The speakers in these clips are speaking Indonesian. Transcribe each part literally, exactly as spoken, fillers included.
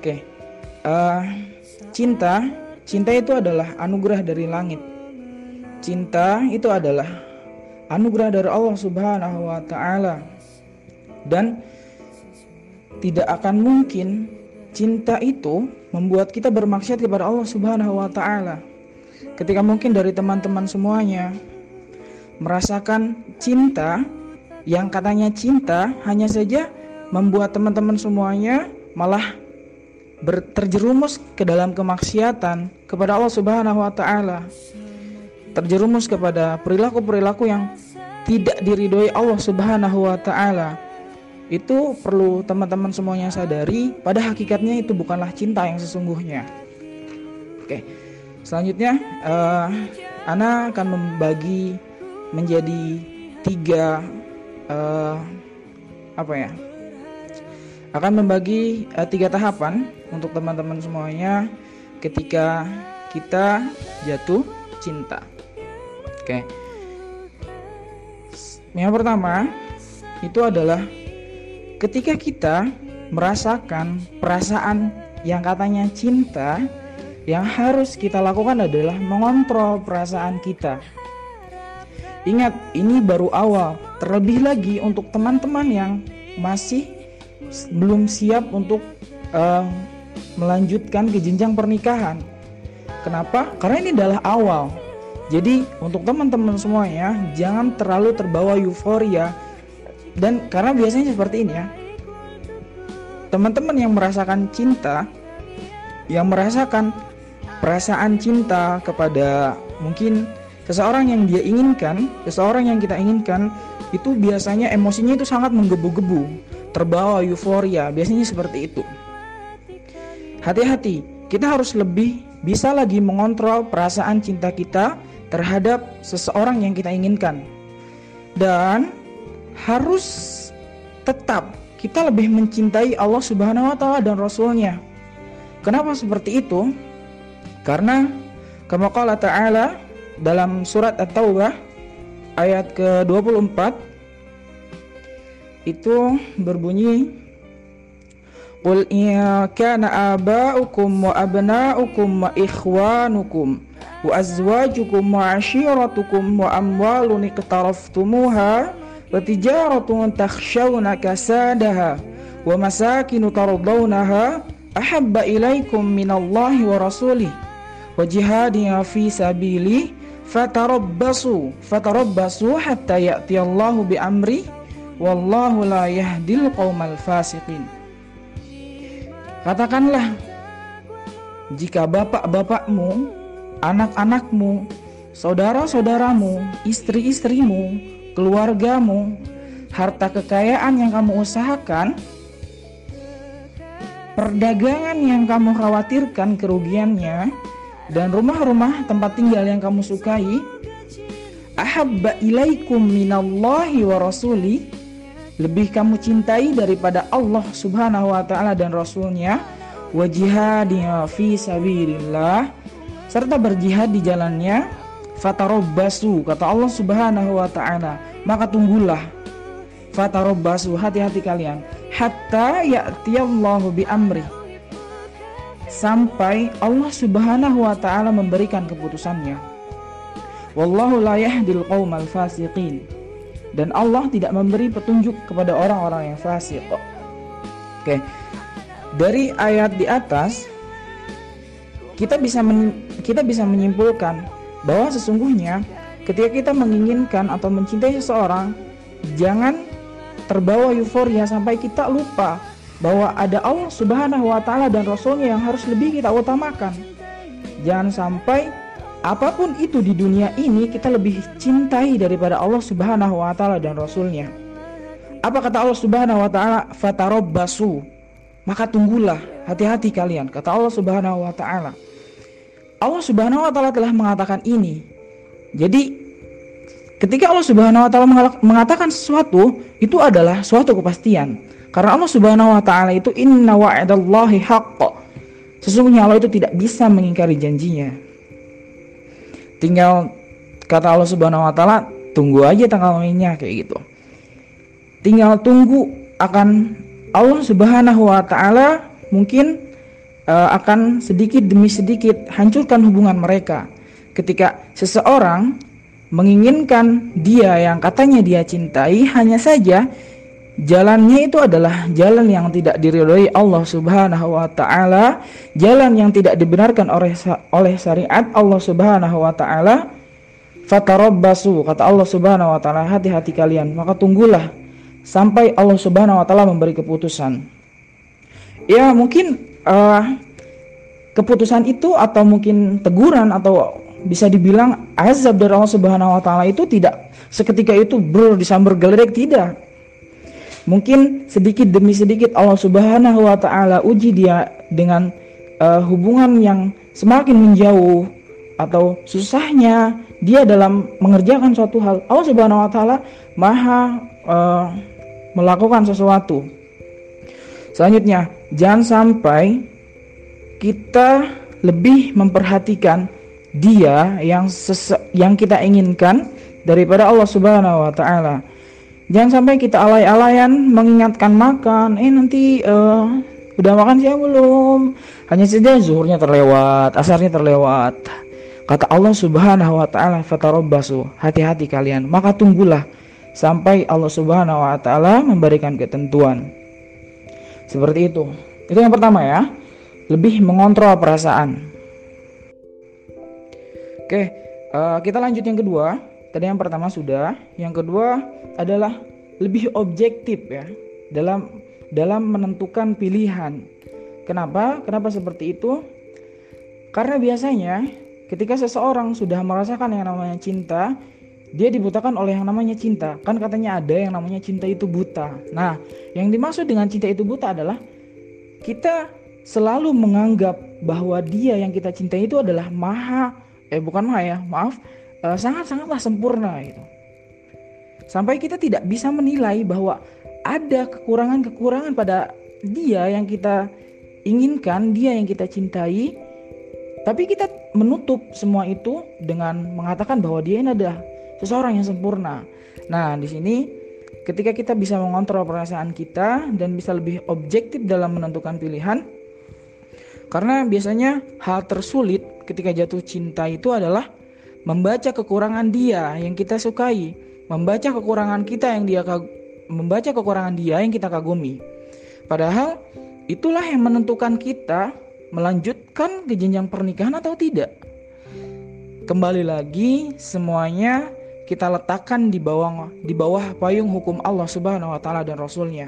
Oke, uh, cinta, cinta itu adalah anugerah dari langit. Cinta itu adalah anugerah dari Allah Subhanahu wa Ta'ala, dan tidak akan mungkin cinta itu membuat kita bermaksiat kepada Allah Subhanahu wa Ta'ala. Ketika mungkin dari teman-teman semuanya merasakan cinta yang katanya cinta, hanya saja membuat teman-teman semuanya malah terjerumus ke dalam kemaksiatan kepada Allah Subhanahu wa Ta'ala, terjerumus kepada perilaku-perilaku yang tidak diridhoi Allah Subhanahu wa Ta'ala. Itu perlu teman-teman semuanya sadari, pada hakikatnya itu bukanlah cinta yang sesungguhnya. Oke, selanjutnya uh, Ana akan membagi menjadi tiga uh, apa ya akan membagi uh, tiga tahapan untuk teman-teman semuanya ketika kita jatuh cinta. Oke, yang pertama itu adalah ketika kita merasakan perasaan yang katanya cinta, yang harus kita lakukan adalah mengontrol perasaan kita. Ingat, ini baru awal. Terlebih lagi untuk teman-teman yang masih belum siap untuk uh, melanjutkan ke jenjang pernikahan. Kenapa? Karena ini adalah awal. Jadi untuk teman-teman semuanya, jangan terlalu terbawa euforia. Dan karena biasanya seperti ini ya, teman-teman yang merasakan cinta, yang merasakan perasaan cinta kepada mungkin seseorang yang dia inginkan, seseorang yang kita inginkan, itu biasanya emosinya itu sangat menggebu-gebu, terbawa euforia, biasanya seperti itu. Hati-hati, kita harus lebih bisa lagi mengontrol perasaan cinta kita terhadap seseorang yang kita inginkan. Dan harus tetap kita lebih mencintai Allah Subhanahu wa Ta'ala dan Rasulnya. Kenapa seperti itu? Karena kama qala ta'ala dalam surat At-Taubah ayat ke dua puluh empat itu berbunyi, qul in kana aba'ukum wa abna'ukum wa ikhwanukum wa azwajukum wa ashiratukum wa amwalun iqtaraftumuha wa tijaratun takhshawna kasadaha wa masakinu tardawnaha ahabba ilaikum minallahi wa rasulih wa jihadin fi sabili fatarabbasu fatarabbasu hatta ya'tiyallahu bi amri wallahu la yahdil qaumal fasiqin. Katakanlah, jika bapak-bapakmu, anak-anakmu, saudara-saudaramu, istri-istrimu, keluargamu, harta kekayaan yang kamu usahakan, perdagangan yang kamu khawatirkan kerugiannya, dan rumah-rumah tempat tinggal yang kamu sukai, ahabba ilaikum minallahi wa rasuli, lebih kamu cintai daripada Allah Subhanahu wa Ta'ala dan Rasulnya, wa jihadin fi sabilillah, serta berjihad di jalannya, fatarabbasu, kata Allah Subhanahu wa Ta'ala, maka tunggulah, fatarabbasu, hati-hati kalian, hatta ya'tiyallahu bi amri, sampai Allah Subhanahu wa Ta'ala memberikan keputusannya. Wallahu la yahdil qaumal fasiqin, dan Allah tidak memberi petunjuk kepada orang-orang yang fasik. Oke, dari ayat di atas kita bisa men- kita bisa menyimpulkan bahwa sesungguhnya ketika kita menginginkan atau mencintai seseorang, jangan terbawa euforia sampai kita lupa bahwa ada Allah Subhanahu wa Ta'ala dan Rasulnya yang harus lebih kita utamakan. Jangan sampai apapun itu di dunia ini kita lebih cintai daripada Allah Subhanahu wa Ta'ala dan Rasulnya. Apa kata Allah Subhanahu wa Ta'ala? Fatarabbasu, maka tunggulah, hati-hati kalian, kata Allah Subhanahu wa Ta'ala. Allah Subhanahu wa Ta'ala telah mengatakan ini. Jadi ketika Allah Subhanahu wa Ta'ala mengatakan sesuatu, itu adalah suatu kepastian. Karena Allah Subhanahu wa Ta'ala itu inna wa'adallahi haqq, sesungguhnya Allah itu tidak bisa mengingkari janjinya. Tinggal kata Allah Subhanahu wa Ta'ala, tunggu aja tanggal mainnya, kayak gitu. Tinggal tunggu akan Allah Subhanahu wa Ta'ala mungkin uh, akan sedikit demi sedikit hancurkan hubungan mereka. Ketika seseorang menginginkan dia yang katanya dia cintai, hanya saja jalannya itu adalah jalan yang tidak diridhoi Allah Subhanahu wa taala, jalan yang tidak dibenarkan oleh oleh syariat Allah Subhanahu wa taala. Fatarabbasu, kata Allah Subhanahu wa taala, hati-hati kalian, maka tunggulah sampai Allah Subhanahu wa taala memberi keputusan. Ya, mungkin uh, keputusan itu atau mungkin teguran atau bisa dibilang azab dari Allah Subhanahu wa taala itu tidak seketika itu ber disambar geledek, tidak. Mungkin sedikit demi sedikit Allah Subhanahu wa taala uji dia dengan uh, hubungan yang semakin menjauh atau susahnya dia dalam mengerjakan suatu hal. Allah Subhanahu wa taala Maha uh, melakukan sesuatu. Selanjutnya, jangan sampai kita lebih memperhatikan dia yang sese- yang kita inginkan daripada Allah Subhanahu wa taala. Jangan sampai kita alay-alayan mengingatkan makan, eh nanti uh, udah makan siang belum? Hanya saja zuhurnya terlewat, asarnya terlewat. Kata Allah Subhanahu wa taala, fatarabbasu, hati-hati kalian, maka tunggulah sampai Allah Subhanahu wa taala memberikan ketentuan. Seperti itu. Itu yang pertama ya. Lebih mengontrol perasaan. Oke, uh, kita lanjut yang kedua. Tadi yang pertama sudah, yang kedua adalah lebih objektif ya dalam dalam menentukan pilihan. Kenapa? Kenapa seperti itu? Karena biasanya ketika seseorang sudah merasakan yang namanya cinta, dia dibutakan oleh yang namanya cinta. Kan katanya ada yang namanya cinta itu buta. Nah, yang dimaksud dengan cinta itu buta adalah kita selalu menganggap bahwa dia yang kita cintai itu adalah maha, eh bukan maha ya, maaf, eh, sangat-sangatlah sempurna gitu. Sampai kita tidak bisa menilai bahwa ada kekurangan-kekurangan pada dia yang kita inginkan, dia yang kita cintai. Tapi kita menutup semua itu dengan mengatakan bahwa dia ini adalah seseorang yang sempurna. Nah, di sini ketika kita bisa mengontrol perasaan kita dan bisa lebih objektif dalam menentukan pilihan, karena biasanya hal tersulit ketika jatuh cinta itu adalah membaca kekurangan dia yang kita sukai, membaca kekurangan kita yang dia kag- membaca kekurangan dia yang kita kagumi. Padahal itulah yang menentukan kita melanjutkan ke jenjang pernikahan atau tidak. Kembali lagi semuanya kita letakkan di bawah di bawah payung hukum Allah Subhanahu wa taala dan Rasulnya.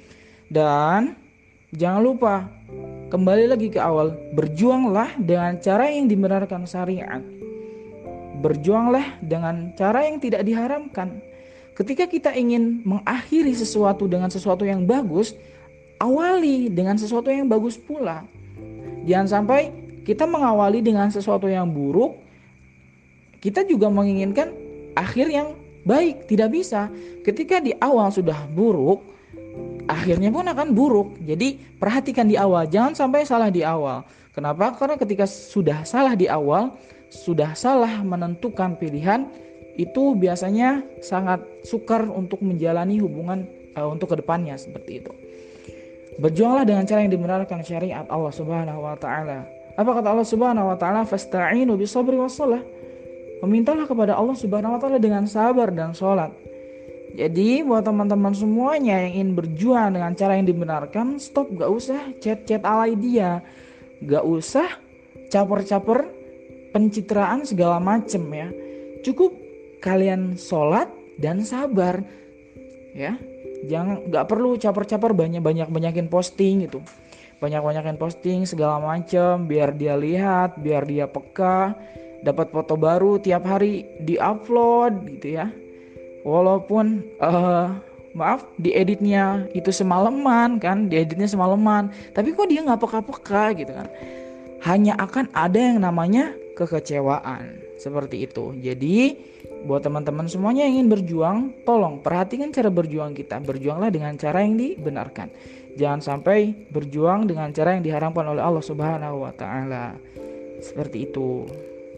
Dan jangan lupa, kembali lagi ke awal, berjuanglah dengan cara yang dibenarkan syariat. Berjuanglah dengan cara yang tidak diharamkan. Ketika kita ingin mengakhiri sesuatu dengan sesuatu yang bagus, awali dengan sesuatu yang bagus pula. Jangan sampai kita mengawali dengan sesuatu yang buruk, kita juga menginginkan akhir yang baik. Tidak bisa. Ketika di awal sudah buruk, akhirnya pun akan buruk. Jadi perhatikan di awal, jangan sampai salah di awal. Kenapa? Karena ketika sudah salah di awal, sudah salah menentukan pilihan, itu biasanya sangat sukar untuk menjalani hubungan uh, untuk kedepannya seperti itu. Berjuanglah dengan cara yang dibenarkan syariat Allah Subhanahu wa taala. Apa kata Allah Subhanahu wa taala? Fasta'inu bisabri wassalah. Memintalah kepada Allah Subhanahu wa taala dengan sabar dan sholat. Jadi buat teman-teman semuanya yang ingin berjuang dengan cara yang dibenarkan, stop, gak usah chat-chat alay dia, gak usah caper-caper pencitraan segala macem ya. Cukup kalian sholat dan sabar ya. Jangan, gak perlu caper-caper banyak-banyak banyakin posting gitu, banyak-banyakin posting segala macam biar dia lihat, biar dia peka, dapat foto baru tiap hari di-upload gitu ya. Walaupun uh, maaf dieditnya itu semalaman kan, dieditnya semalaman, tapi kok dia nggak peka-peka gitu kan. Hanya akan ada yang namanya kekecewaan seperti itu. Jadi buat teman-teman semuanya yang ingin berjuang, tolong perhatikan cara berjuang kita. Berjuanglah dengan cara yang dibenarkan. Jangan sampai berjuang dengan cara yang diharamkan oleh Allah Subhanahu wa taala. Seperti itu.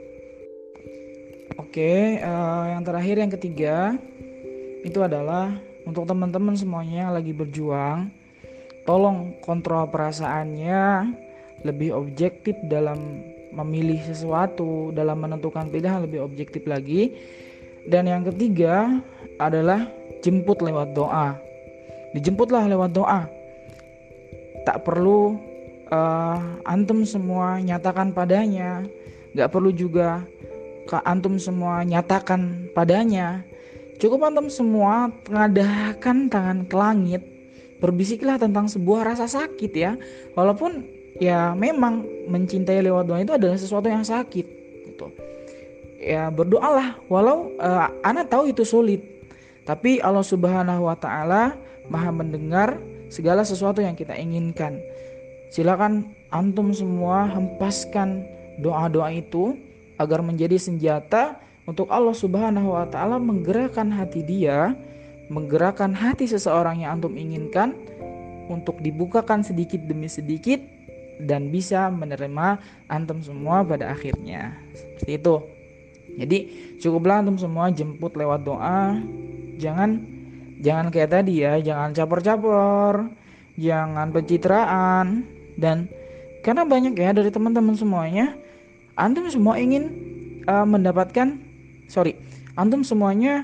Oke, uh, yang terakhir yang ketiga itu adalah untuk teman-teman semuanya yang lagi berjuang, tolong kontrol perasaannya, lebih objektif dalam memilih sesuatu, dalam menentukan pilihan lebih objektif lagi. Dan yang ketiga adalah jemput lewat doa. Dijemputlah lewat doa. Tak perlu uh, antum semua nyatakan padanya, gak perlu juga ke antum semua nyatakan padanya. Cukup antum semua mengadahkan tangan ke langit, berbisiklah tentang sebuah rasa sakit ya. Walaupun ya memang mencintai lewat doa itu adalah sesuatu yang sakit gitu. Ya berdoalah walau uh, ana tahu itu sulit. Tapi Allah Subhanahu wa taala Maha mendengar segala sesuatu yang kita inginkan. Silakan antum semua hempaskan doa-doa itu agar menjadi senjata untuk Allah Subhanahu wa taala menggerakkan hati dia, menggerakkan hati seseorang yang antum inginkan untuk dibukakan sedikit demi sedikit dan bisa menerima antum semua pada akhirnya. Seperti itu. Jadi cukuplah antum semua jemput lewat doa. Jangan jangan kayak tadi ya, jangan caper-caper, jangan pencitraan. Dan karena banyak ya dari teman-teman semuanya, antum semua ingin uh, mendapatkan sorry, antum semuanya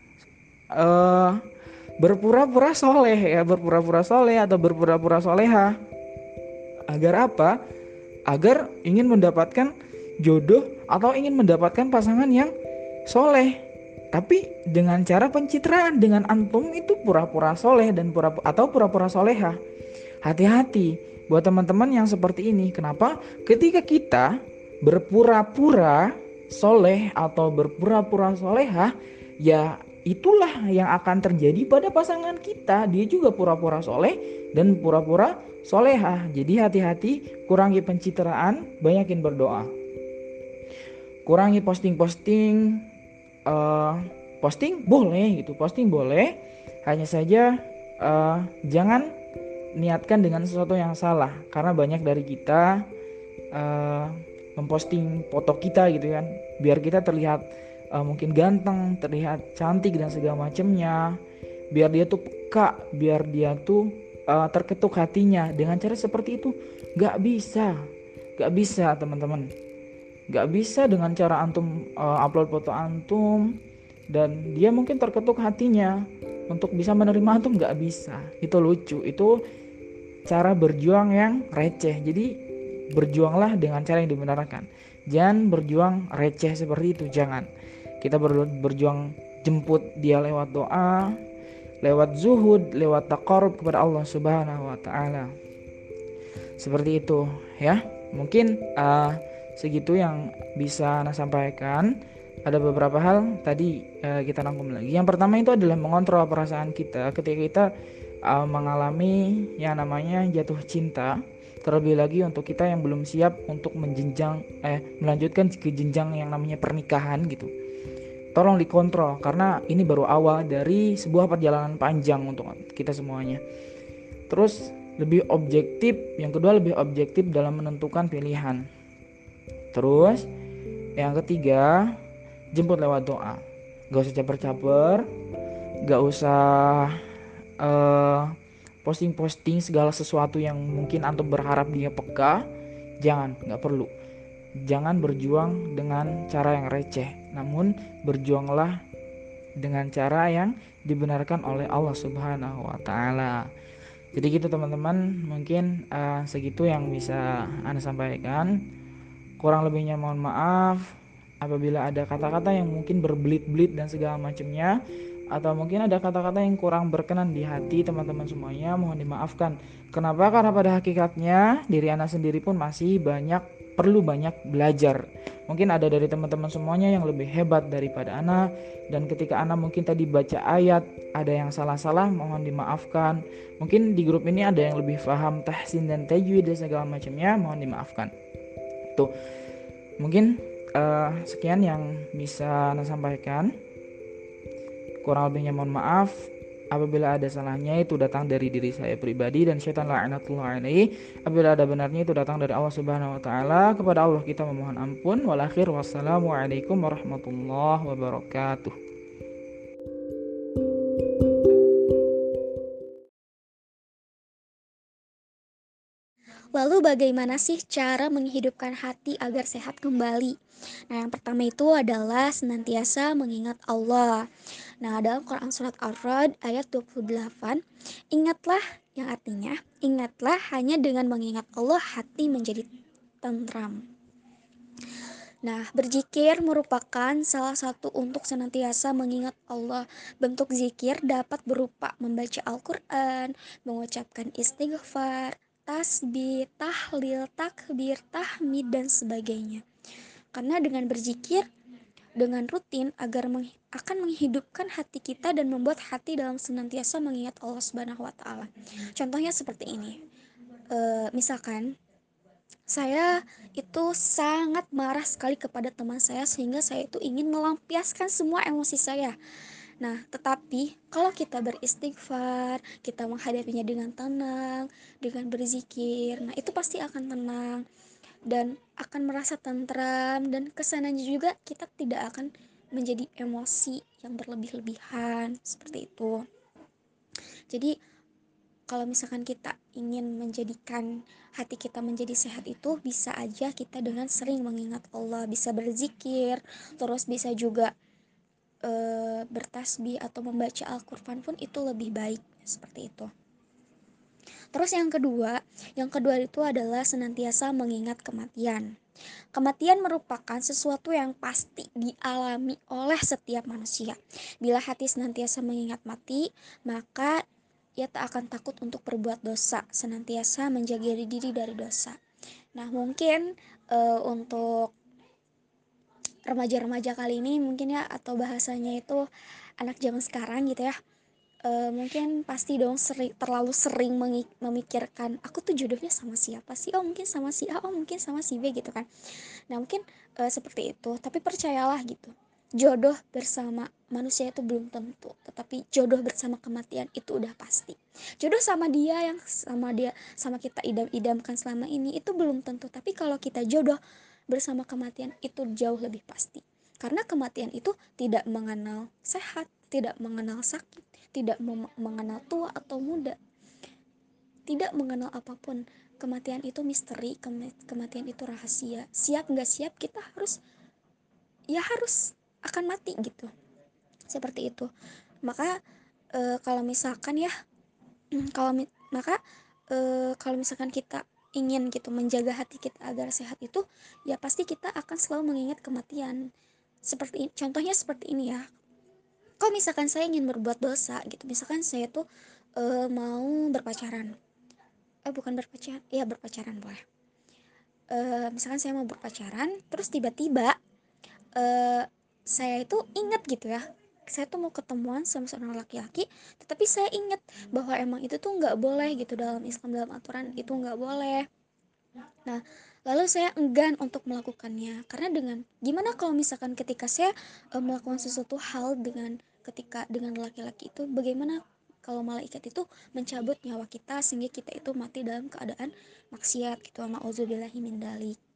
uh, berpura-pura soleh ya, berpura-pura soleh atau berpura-pura soleha. Agar apa? Agar ingin mendapatkan jodoh atau ingin mendapatkan pasangan yang soleh, tapi dengan cara pencitraan, dengan antum itu pura-pura soleh dan pura atau pura-pura soleha. Hati-hati buat teman-teman yang seperti ini. Kenapa? Ketika kita berpura-pura soleh atau berpura-pura soleha, ya itulah yang akan terjadi pada pasangan kita. Dia juga pura-pura soleh dan pura-pura soleha. Jadi hati-hati, kurangi pencitraan, banyakin berdoa. Kurangi posting-posting, uh, posting boleh gitu, posting boleh. Hanya saja uh, jangan niatkan dengan sesuatu yang salah, karena banyak dari kita uh, memposting foto kita gitu kan, biar kita terlihat uh, mungkin ganteng, terlihat cantik dan segala macamnya, biar dia tuh peka, biar dia tuh uh, terketuk hatinya. Dengan cara seperti itu gak bisa, gak bisa teman-teman, gak bisa dengan cara antum uh, upload foto antum dan dia mungkin terketuk hatinya untuk bisa menerima antum, gak bisa. Itu lucu, itu cara berjuang yang receh. Jadi berjuanglah dengan cara yang dibenarkan, jangan berjuang receh seperti itu. Jangan, kita ber- berjuang jemput dia lewat doa, lewat zuhud, lewat taqarrub kepada Allah Subhanahu wa taala. Seperti itu ya. Mungkin uh, segitu yang bisa Ana sampaikan. Ada beberapa hal tadi uh, kita rangkum lagi. Yang pertama itu adalah mengontrol perasaan kita ketika kita uh, mengalami yang namanya jatuh cinta. Terlebih lagi untuk kita yang belum siap untuk menjenjang eh melanjutkan ke jenjang yang namanya pernikahan gitu. Tolong dikontrol karena ini baru awal dari sebuah perjalanan panjang untuk kita semuanya. Terus lebih objektif, yang kedua lebih objektif dalam menentukan pilihan. Terus yang ketiga, jemput lewat doa. Gak usah caper-caper, gak usah uh, posting-posting segala sesuatu yang mungkin antum berharap dia peka. Jangan, gak perlu. Jangan berjuang dengan cara yang receh, namun berjuanglah dengan cara yang dibenarkan oleh Allah Subhanahu wa taala. Jadi gitu teman-teman, mungkin uh, segitu yang bisa Anda sampaikan. Kurang lebihnya mohon maaf apabila ada kata-kata yang mungkin berbelit-belit dan segala macamnya, atau mungkin ada kata-kata yang kurang berkenan di hati teman-teman semuanya, mohon dimaafkan. Kenapa? Karena pada hakikatnya diri Ana sendiri pun masih banyak perlu banyak belajar. Mungkin ada dari teman-teman semuanya yang lebih hebat daripada Ana, dan ketika Ana mungkin tadi baca ayat ada yang salah-salah, mohon dimaafkan. Mungkin di grup ini ada yang lebih paham tahsin dan tajwid dan segala macamnya, mohon dimaafkan. Tuh, mungkin uh, sekian yang bisa Ana sampaikan. Kurang lebihnya mohon maaf. Apabila ada salahnya itu datang dari diri saya pribadi dan syaitan la'natullah alaihi. Apabila ada benarnya itu datang dari Allah Subhanahu wa taala. Kepada Allah kita memohon ampun. Wal akhir wassalamualaikum warahmatullahi wabarakatuh. Lalu bagaimana sih cara menghidupkan hati agar sehat kembali? Nah, yang pertama itu adalah senantiasa mengingat Allah. Nah, dalam Quran Surat Ar-Ra'd ayat dua puluh delapan, ingatlah, yang artinya, ingatlah hanya dengan mengingat Allah hati menjadi tentram. Nah, berzikir merupakan salah satu untuk senantiasa mengingat Allah. Bentuk zikir dapat berupa membaca Al-Quran, mengucapkan istighfar, tasbih, tahlil, takbir, tahmid, dan sebagainya. Karena dengan berzikir dengan rutin agar meng- akan menghidupkan hati kita dan membuat hati dalam senantiasa mengingat Allah Subhanahu wa taala. Contohnya seperti ini. E, misalkan saya itu sangat marah sekali kepada teman saya sehingga saya itu ingin melampiaskan semua emosi saya. Nah, tetapi kalau kita beristighfar, kita menghadapinya dengan tenang, dengan berzikir, nah itu pasti akan tenang dan akan merasa tentram, dan kesananya juga kita tidak akan menjadi emosi yang berlebih-lebihan seperti itu. Jadi kalau misalkan kita ingin menjadikan hati kita menjadi sehat itu bisa aja kita dengan sering mengingat Allah, bisa berzikir, terus bisa juga e, bertasbih atau membaca Al-Quran pun itu lebih baik seperti itu. Terus yang kedua, yang kedua itu adalah senantiasa mengingat kematian. Kematian merupakan sesuatu yang pasti dialami oleh setiap manusia. Bila hati senantiasa mengingat mati, maka ia tak akan takut untuk berbuat dosa, senantiasa menjaga diri dari dosa. Nah, mungkin uh, untuk remaja-remaja kali ini mungkin ya, atau bahasanya itu anak zaman sekarang gitu ya, uh, mungkin pasti dong seri, terlalu sering memikirkan aku tuh jodohnya sama siapa sih, oh mungkin sama si A, oh mungkin sama si B gitu kan. Nah mungkin uh, seperti itu, tapi percayalah gitu, jodoh bersama manusia itu belum tentu, tetapi jodoh bersama kematian itu udah pasti. Jodoh sama dia yang sama dia sama kita idam-idamkan selama ini itu belum tentu, tapi kalau kita jodoh bersama kematian itu jauh lebih pasti. Karena kematian itu tidak mengenal sehat, tidak mengenal sakit, tidak mengenal tua atau muda, tidak mengenal apapun. Kematian itu misteri, kematian itu rahasia. Siap nggak siap kita harus, ya harus akan mati gitu, seperti itu. Maka e, kalau misalkan ya kalau maka e, kalau misalkan kita ingin gitu menjaga hati kita agar sehat itu, ya pasti kita akan selalu mengingat kematian. Seperti contohnya seperti ini ya, kalau misalkan saya ingin berbuat dosa gitu, misalkan saya tuh e, mau berpacaran, eh bukan berpacaran, ya berpacaran boleh. E, misalkan saya mau berpacaran, terus tiba-tiba uh, saya itu ingat gitu ya, saya tuh mau ketemuan sama seorang laki-laki, tetapi saya ingat bahwa emang itu tuh nggak boleh gitu, dalam Islam, dalam aturan itu nggak boleh. Nah, lalu saya enggan untuk melakukannya, karena dengan gimana kalau misalkan ketika saya uh, melakukan sesuatu hal dengan ketika dengan laki-laki itu, bagaimana kalau malaikat itu mencabut nyawa kita sehingga kita itu mati dalam keadaan maksiat gitu, ma'udzubillahi min dzalik.